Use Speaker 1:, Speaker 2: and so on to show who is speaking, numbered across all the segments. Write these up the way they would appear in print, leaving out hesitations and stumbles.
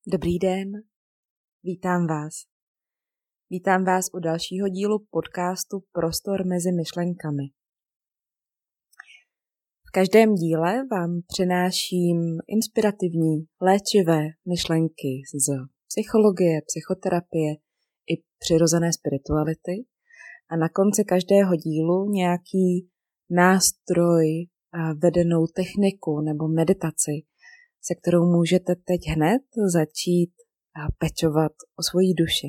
Speaker 1: Dobrý den, vítám vás. Vítám vás u dalšího dílu podcastu Prostor mezi myšlenkami. V každém díle vám přináším inspirativní, léčivé myšlenky z psychologie, psychoterapie i přirozené spirituality a na konci každého dílu nějaký nástroj, vedenou techniku nebo meditaci, se kterou můžete teď hned začít pečovat o svoji duši.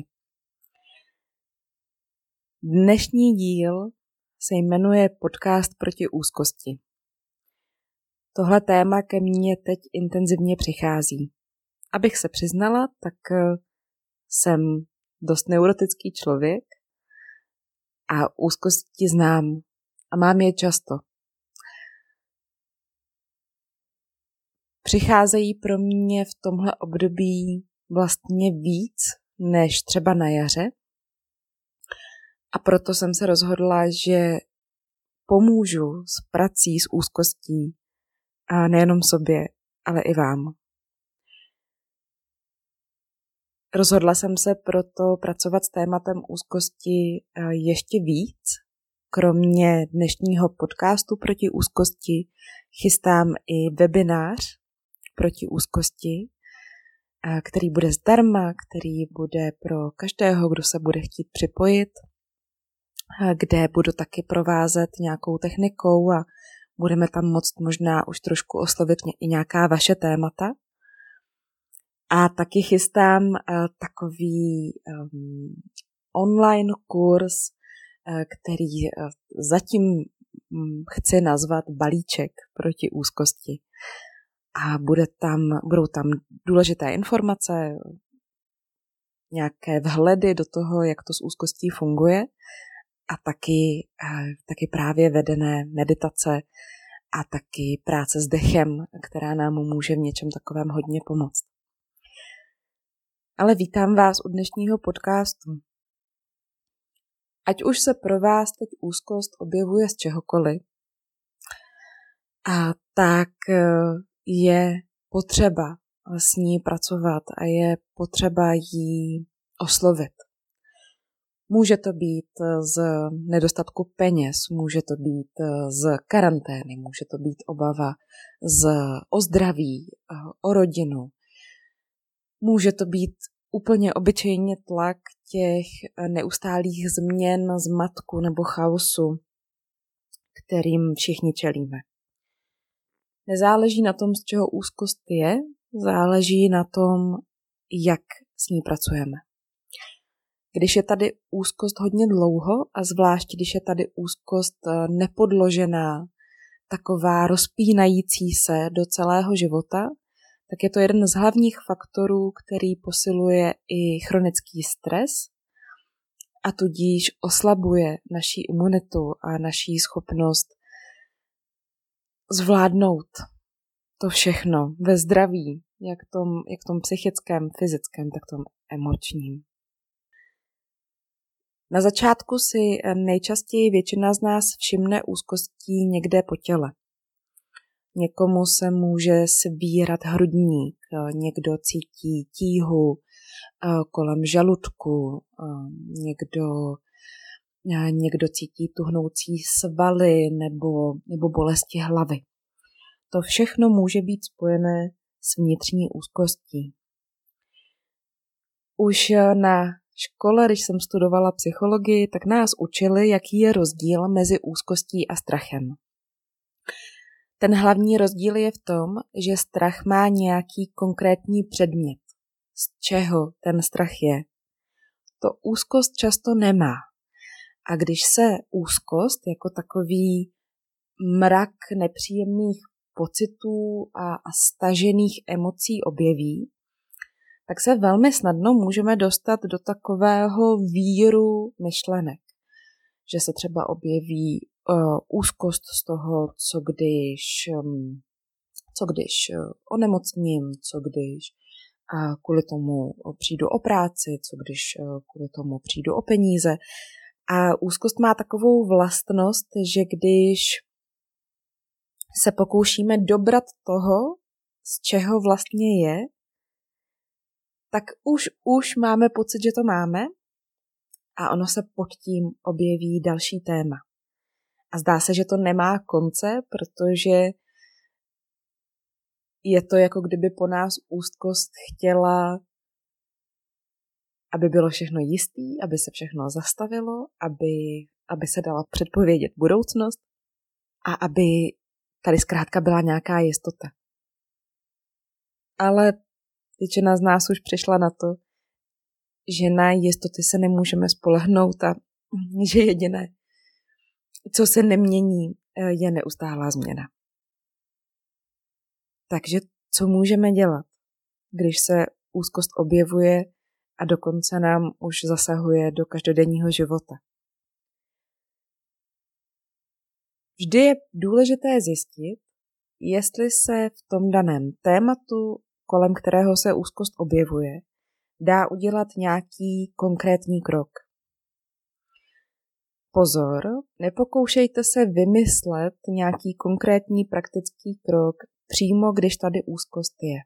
Speaker 1: Dnešní díl se jmenuje Podcast proti úzkosti. Tohle téma ke mně teď intenzivně přichází. Abych se přiznala, tak jsem dost neurotický člověk a úzkosti znám a mám je často. Přicházejí pro mě v tomhle období vlastně víc než třeba na jaře a proto jsem se rozhodla, že pomůžu s prací s úzkostí a nejenom sobě, ale i vám. Rozhodla jsem se proto pracovat s tématem úzkosti ještě víc. Kromě dnešního podcastu proti úzkosti chystám i webinář proti úzkosti, který bude zdarma, který bude pro každého, kdo se bude chtít připojit, kde budu taky provázet nějakou technikou a budeme tam moct možná už trošku oslovit i nějaká vaše témata. A taky chystám takový online kurz, který zatím chci nazvat balíček proti úzkosti. A budou tam důležité informace, nějaké vhledy do toho, jak to s úzkostí funguje a taky právě vedené meditace a taky práce s dechem, která nám může v něčem takovém hodně pomoct. Ale vítám vás u dnešního podcastu. Ať už se pro vás teď úzkost objevuje z čehokoliv, a tak je potřeba s ní pracovat a je potřeba jí oslovit. Může to být z nedostatku peněz, může to být z karantény, může to být obava o zdraví, o rodinu. Může to být úplně obyčejně tlak těch neustálých změn, zmatku nebo chaosu, kterým všichni čelíme. Nezáleží na tom, z čeho úzkost je, záleží na tom, jak s ní pracujeme. Když je tady úzkost hodně dlouho a zvlášť, když je tady úzkost nepodložená, taková rozpínající se do celého života, tak je to jeden z hlavních faktorů, který posiluje i chronický stres a tudíž oslabuje naši imunitu a naši schopnost zvládnout to všechno ve zdraví, jak v tom psychickém, fyzickém, tak v tom emočním. Na začátku si nejčastěji většina z nás všimne úzkostí někde po těle. Někomu se může svírat hrudník, někdo cítí tíhu kolem žaludku, někdo cítí tuhnoucí svaly nebo bolesti hlavy. To všechno může být spojené s vnitřní úzkostí. Už na škole, když jsem studovala psychologii, tak nás učili, jaký je rozdíl mezi úzkostí a strachem. Ten hlavní rozdíl je v tom, že strach má nějaký konkrétní předmět, z čeho ten strach je. To úzkost často nemá. A když se úzkost jako takový mrak nepříjemných pocitů a stažených emocí objeví, tak se velmi snadno můžeme dostat do takového víru myšlenek. Že se třeba objeví úzkost z toho, co když onemocním, co když kvůli tomu přijdu o práci, co když kvůli tomu přijdu o peníze. A úzkost má takovou vlastnost, že když se pokoušíme dobrat toho, z čeho vlastně je, tak už máme pocit, že to máme a ono se pod tím objeví další téma. A zdá se, že to nemá konce, protože je to jako kdyby po nás úzkost chtěla, aby bylo všechno jistý, aby se všechno zastavilo, aby se dala předpovědět budoucnost a aby tady zkrátka byla nějaká jistota. Ale většina z nás už přišla na to, že na jistoty se nemůžeme spolehnout a že jediné, co se nemění, je neustálá změna. Takže co můžeme dělat, když se úzkost objevuje a dokonce nám už zasahuje do každodenního života? Vždy je důležité zjistit, jestli se v tom daném tématu, kolem kterého se úzkost objevuje, dá udělat nějaký konkrétní krok. Pozor, nepokoušejte se vymyslet nějaký konkrétní praktický krok přímo, když tady úzkost je.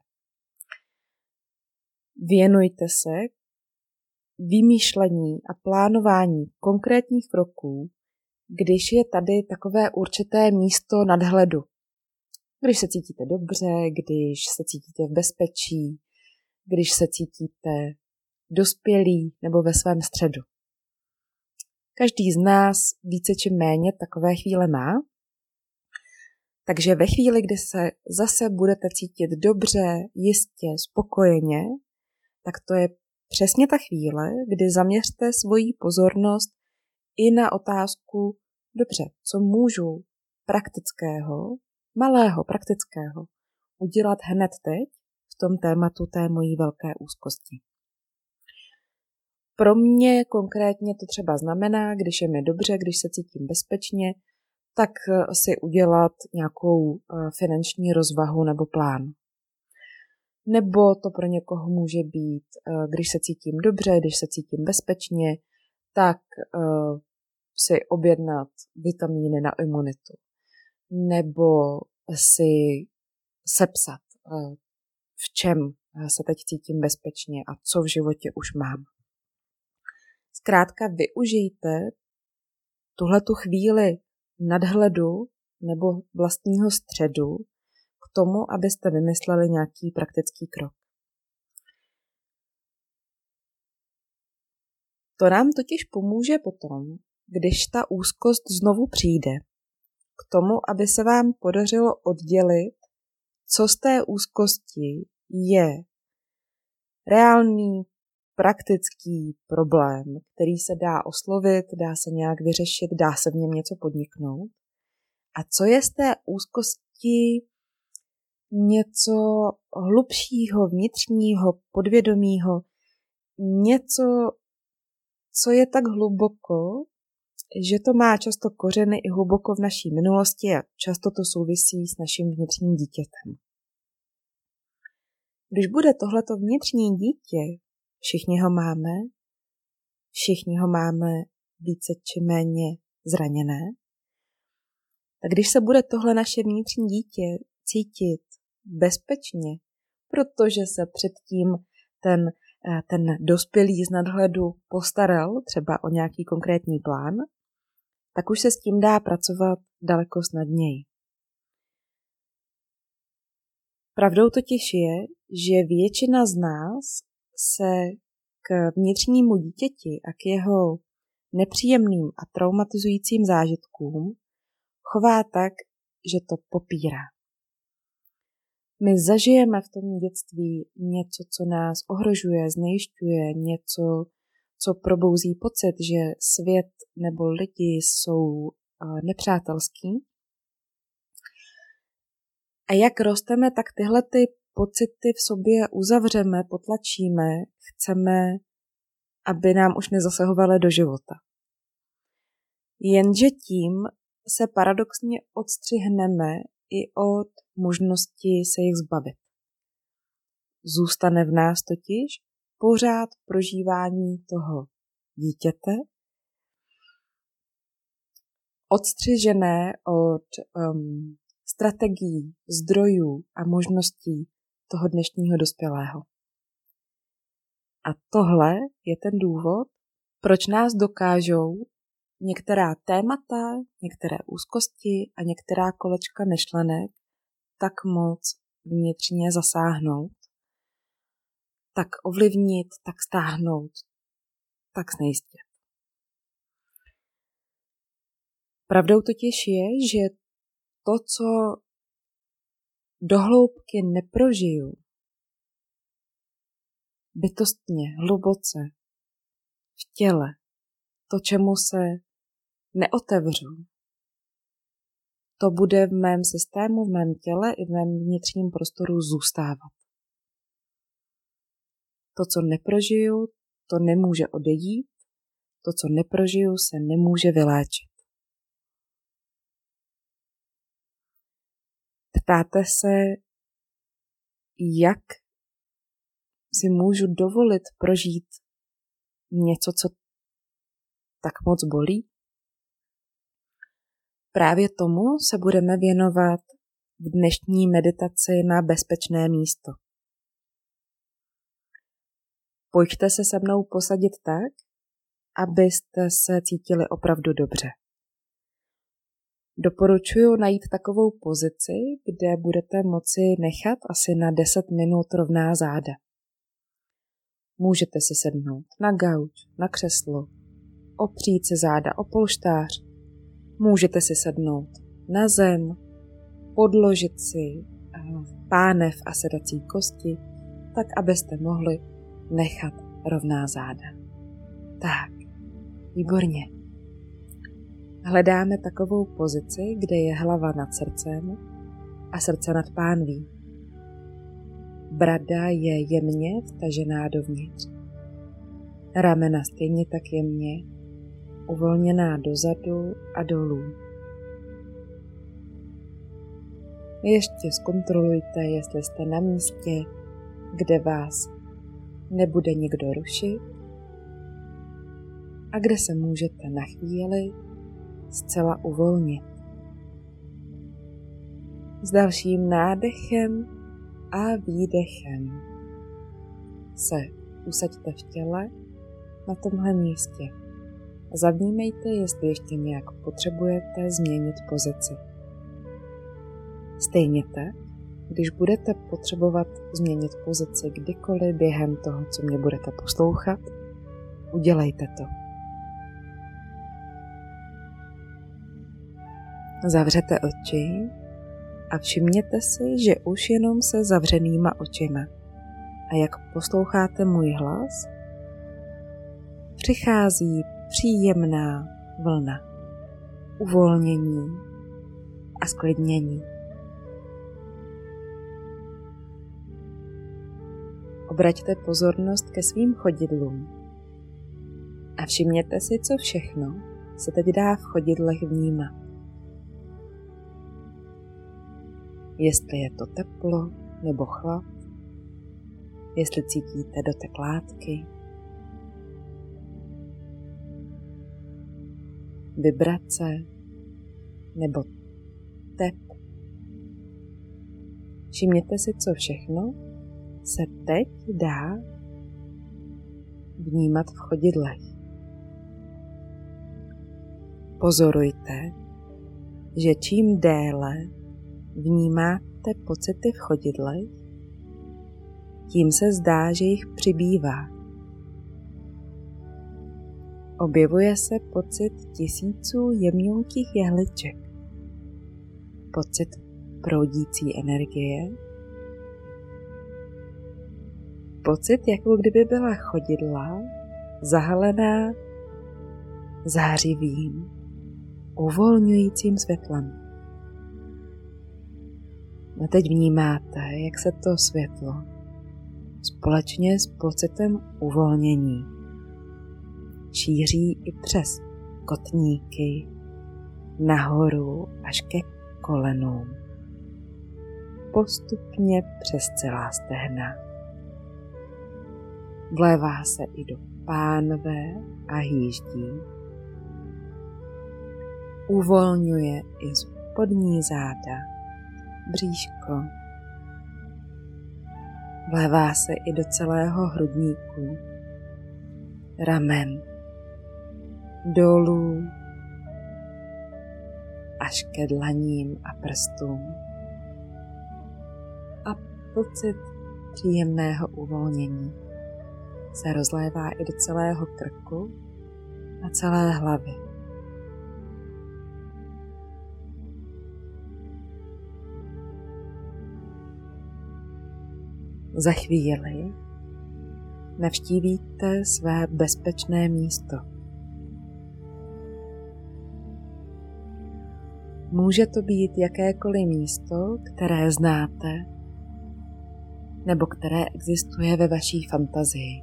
Speaker 1: Věnujte se vymýšlení a plánování konkrétních kroků, když je tady takové určité místo nadhledu. Když se cítíte dobře, když se cítíte v bezpečí, když se cítíte dospělí nebo ve svém středu. Každý z nás více či méně takové chvíle má. Takže ve chvíli, kdy se zase budete cítit dobře, jistě, spokojeně, tak to je přesně ta chvíle, kdy zaměřte svoji pozornost i na otázku, dobře, co můžu praktického, malého praktického, udělat hned teď v tom tématu té mojí velké úzkosti. Pro mě konkrétně to třeba znamená, když je mi dobře, když se cítím bezpečně, tak si udělat nějakou finanční rozvahu nebo plán. Nebo to pro někoho může být, když se cítím dobře, když se cítím bezpečně, tak si objednat vitamíny na imunitu. Nebo si sepsat, v čem se teď cítím bezpečně a co v životě už mám. Zkrátka využijte tuhletu chvíli nadhledu nebo vlastního středu k tomu, abyste vymysleli nějaký praktický krok. To nám totiž pomůže potom, když ta úzkost znovu přijde, k tomu, aby se vám podařilo oddělit, co z té úzkosti je reálný, praktický problém, který se dá oslovit, dá se nějak vyřešit, dá se v něm něco podniknout. A co je z té úzkosti něco hlubšího, vnitřního, podvědomího, něco, co je tak hluboko, že to má často kořeny i hluboko v naší minulosti a často to souvisí s naším vnitřním dítětem. Když bude tohleto vnitřní dítě, všichni ho máme více či méně zraněné, tak když se bude tohle naše vnitřní dítě cítit bezpečně, protože se předtím ten dospělý z nadhledu postaral třeba o nějaký konkrétní plán, tak už se s tím dá pracovat daleko snadněji. Pravdou totiž je, že většina z nás se k vnitřnímu dítěti a k jeho nepříjemným a traumatizujícím zážitkům chová tak, že to popírá. My zažijeme v tom dětství něco, co nás ohrožuje, znejišťuje, něco, co probouzí pocit, že svět nebo lidi jsou nepřátelský. A jak rosteme, tak tyhle ty pocity v sobě uzavřeme, potlačíme, chceme, aby nám už nezasahovaly do života. Jenže tím se paradoxně odstřihneme i od možnosti se jich zbavit. Zůstane v nás totiž pořád prožívání toho dítěte, odstřižené od strategií, zdrojů a možností toho dnešního dospělého. A tohle je ten důvod, proč nás dokážou některá témata, některé úzkosti a některá kolečka myšlenek tak moc vnitřně zasáhnout, tak ovlivnit, tak stáhnout, tak znejistit. Pravdou totiž je, že to, co do hloubky neprožiju, bytostně, hluboce, v těle, to, čemu se neotevřu, to bude v mém systému, v mém těle i v mém vnitřním prostoru zůstávat. To, co neprožiju, to nemůže odejít, to, co neprožiju, se nemůže vyléčit. Ptáte se, jak si můžu dovolit prožít něco, co tak moc bolí? Právě tomu se budeme věnovat v dnešní meditaci na bezpečné místo. Pojďte se mnou posadit tak, abyste se cítili opravdu dobře. Doporučuji najít takovou pozici, kde budete moci nechat asi na 10 minut rovná záda. Můžete si sednout na gauč, na křeslo, opřít si záda o polštář, můžete si sednout na zem, podložit si pánev a sedací kosti, tak abyste mohli nechat rovná záda. Tak, výborně. Hledáme takovou pozici, kde je hlava nad srdcem a srdce nad pánví. Brada je jemně vtažená dovnitř. Ramena stejně tak jemně, uvolněná dozadu a dolů. Ještě zkontrolujte, jestli jste na místě, kde vás nebude nikdo rušit a kde se můžete na chvíli zcela uvolnit. S dalším nádechem a výdechem se usaďte v těle na tomhle místě. Zavnímejte, jestli ještě nějak potřebujete změnit pozici. Stejně tak, když budete potřebovat změnit pozici kdykoliv během toho, co mě budete poslouchat, udělejte to. Zavřete oči a všimněte si, že už jenom se zavřenýma očima a jak posloucháte můj hlas, přichází příjemná vlna uvolnění a sklidnění. Obraťte pozornost ke svým chodidlům a všimněte si, co všechno se teď dá v chodidlech vnímat. Jestli je to teplo nebo chlad, jestli cítíte dotek látky, vibrace nebo tep. Všimněte si, co všechno se teď dá vnímat v chodidlech. Pozorujte, že čím déle vnímáte pocity v chodidlech, tím se zdá, že jich přibývá. Objevuje se pocit tisíců jemňoukých jehliček, pocit proudící energie, pocit, jako kdyby byla chodidla zahalená zářivým, uvolňujícím světlem. A teď vnímáte, jak se to světlo společně s pocitem uvolnění šíří i přes kotníky nahoru až ke kolenům, postupně přes celá stehna. Vlévá se i do pánve a hýždí. Uvolňuje i spodní záda, bříško. Vlévá se i do celého hrudníku ramen, dolů až ke dlaním a prstům. A pocit příjemného uvolnění se rozlévá i do celého krku a celé hlavy. Za chvíli navštívíte své bezpečné místo. Může to být jakékoliv místo, které znáte, nebo které existuje ve vaší fantazii.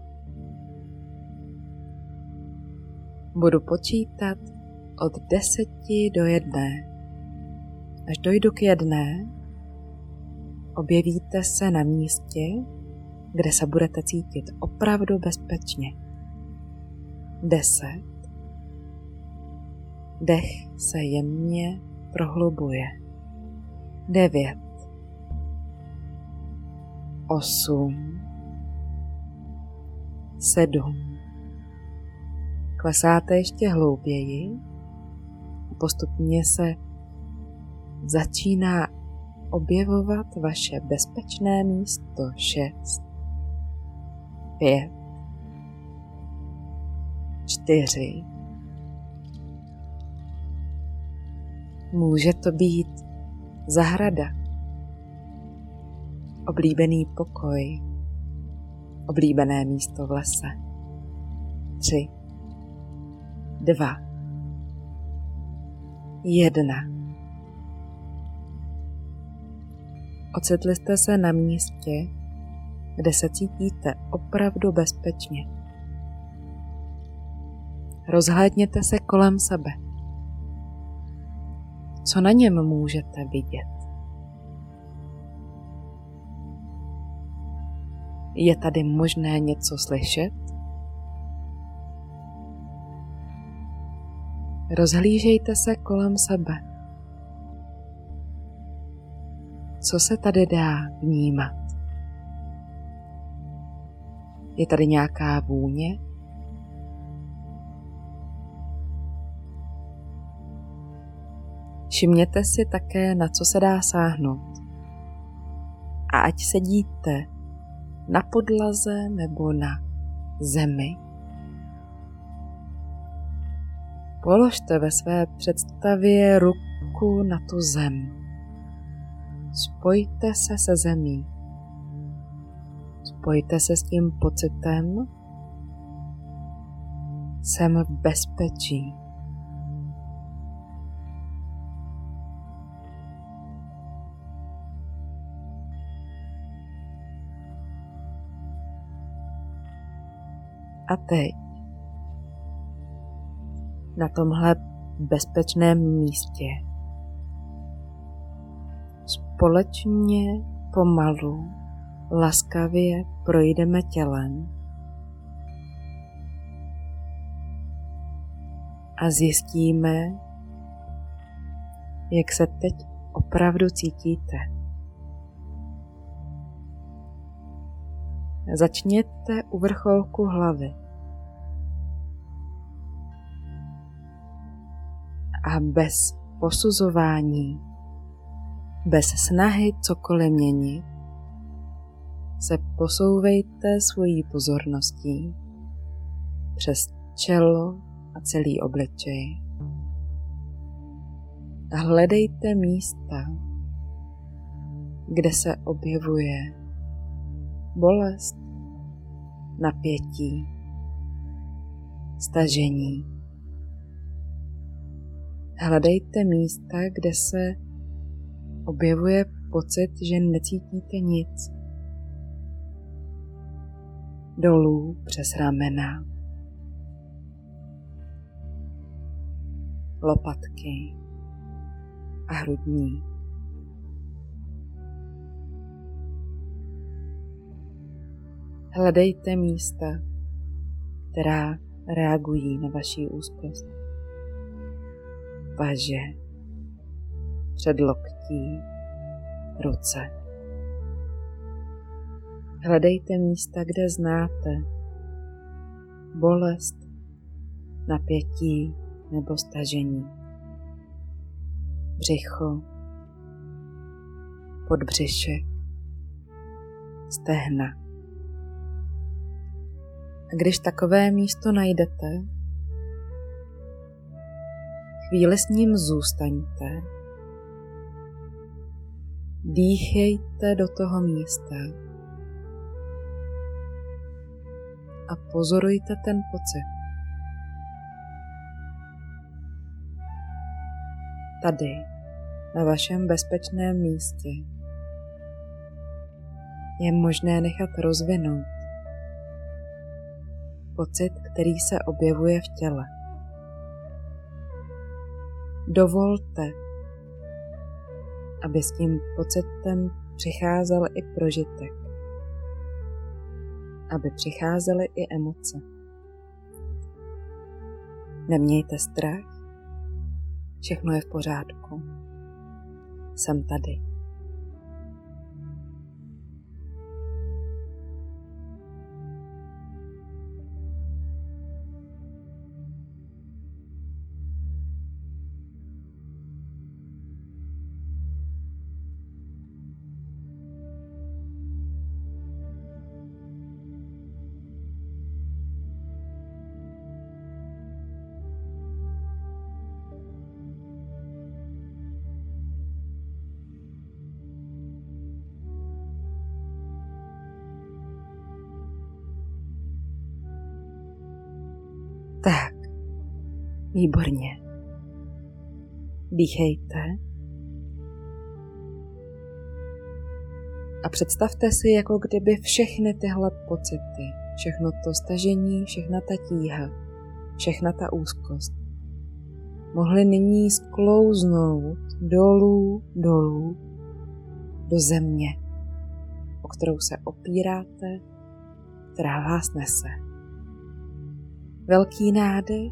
Speaker 1: Budu počítat od 10 do 1. Až dojdu k 1, objevíte se na místě, kde se budete cítit opravdu bezpečně. 10. Dech se jemně prohlubuje. 9. 8. 7. Klesáte ještě hlouběji a postupně se začíná objevovat vaše bezpečné místo. 6. 5. 4. Může to být zahrada, oblíbený pokoj, oblíbené místo v lese. 3. 2. 1. Ocitli jste se na místě, kde se cítíte opravdu bezpečně. Rozhlédněte se kolem sebe. Co na něm můžete vidět? Je tady možné něco slyšet? Rozhlížejte se kolem sebe. Co se tady dá vnímat? Je tady nějaká vůně? Všimněte si také, na co se dá sáhnout. A ať sedíte na podlaze nebo na zemi, položte ve své představě ruku na tu zem. Spojte se se zemí. Spojte se s tím pocitem, jsem v bezpečí. A teď na tomhle bezpečném místě společně pomalu, laskavě projdeme tělem a zjistíme, jak se teď opravdu cítíte. Začněte u vrcholku hlavy a bez posuzování, bez snahy cokoliv měnit, se posouvejte svojí pozorností přes čelo a celý obličej. A hledejte místa, kde se objevuje bolest, napětí, stažení. Hledejte místa, kde se objevuje pocit, že necítíte nic. Dolů přes ramena, lopatky a hrudní. Hledejte místa, která reagují na vaši úzkost. Paže, předloktí, ruce. Hledejte místa, kde znáte, bolest, napětí nebo stažení. Břicho, podbřišek, stehna. A když takové místo najdete, chvíli s ním zůstaňte, dýchejte do toho místa a pozorujte ten pocit. Tady, na vašem bezpečném místě, je možné nechat rozvinout pocit, který se objevuje v těle. Dovolte, aby s tím pocitem přicházel i prožitek, aby přicházely i emoce. Nemějte strach, všechno je v pořádku. Jsem tady. Tak, výborně. Dýchejte a představte si, jako kdyby všechny tyhle pocity, všechno to stažení, všechna ta tíha, všechna ta úzkost mohly nyní sklouznout dolů do země, o kterou se opíráte, která vás nese. Velký nádech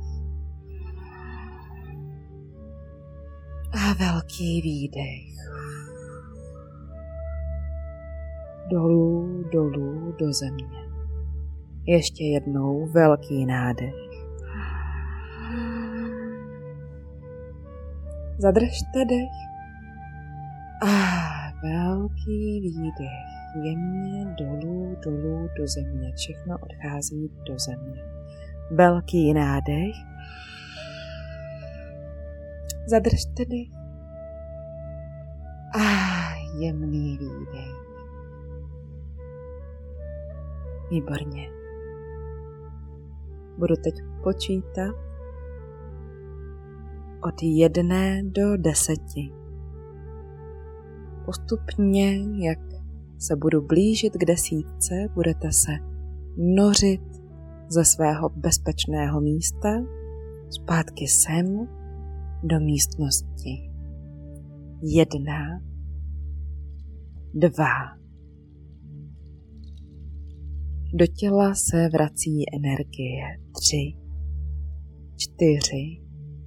Speaker 1: a velký výdech. Dolů do země. Ještě jednou velký nádech. Zadržte dech a velký výdech. Jemně dolů do země. Všechno odchází do země. Velký nádech. Zadržte dech. A jemný výdech. Výborně. Budu teď počítat od 1 do 10. Postupně, jak se budu blížit k 10, budete se nořit ze svého bezpečného místa zpátky sem do místnosti. 1, 2. Do těla se vrací energie. 3, 4.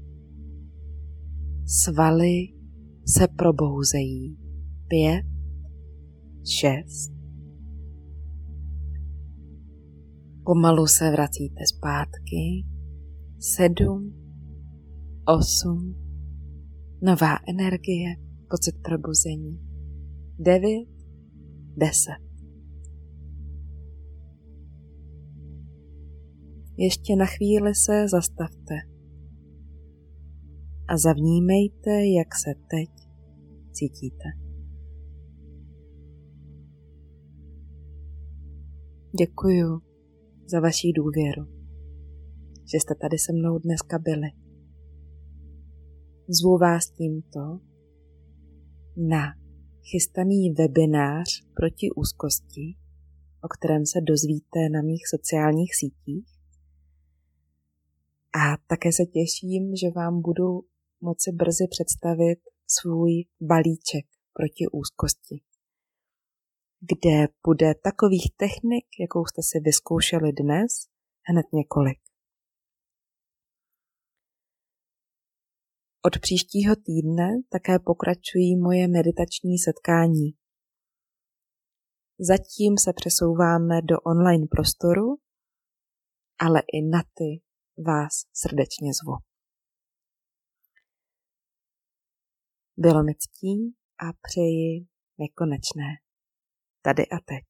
Speaker 1: Svaly se probouzejí. 5, 6. Pomalu se vracíte zpátky. 7, 8. Nová energie, pocit probuzení. 9, 10. Ještě na chvíli se zastavte a zavnímejte, jak se teď cítíte. Děkuju za vaši důvěru, že jste tady se mnou dneska byli. Zvu vás tímto na chystaný webinář proti úzkosti, o kterém se dozvíte na mých sociálních sítích. A také se těším, že vám budu moci brzy představit svůj balíček proti úzkosti, kde bude takových technik, jakou jste si vyzkoušeli dnes, hned několik. Od příštího týdne také pokračují moje meditační setkání. Zatím se přesouváme do online prostoru ale i na ty vás srdečně zvu. Bylo mi ctí a přeji nekonečné tady a teď.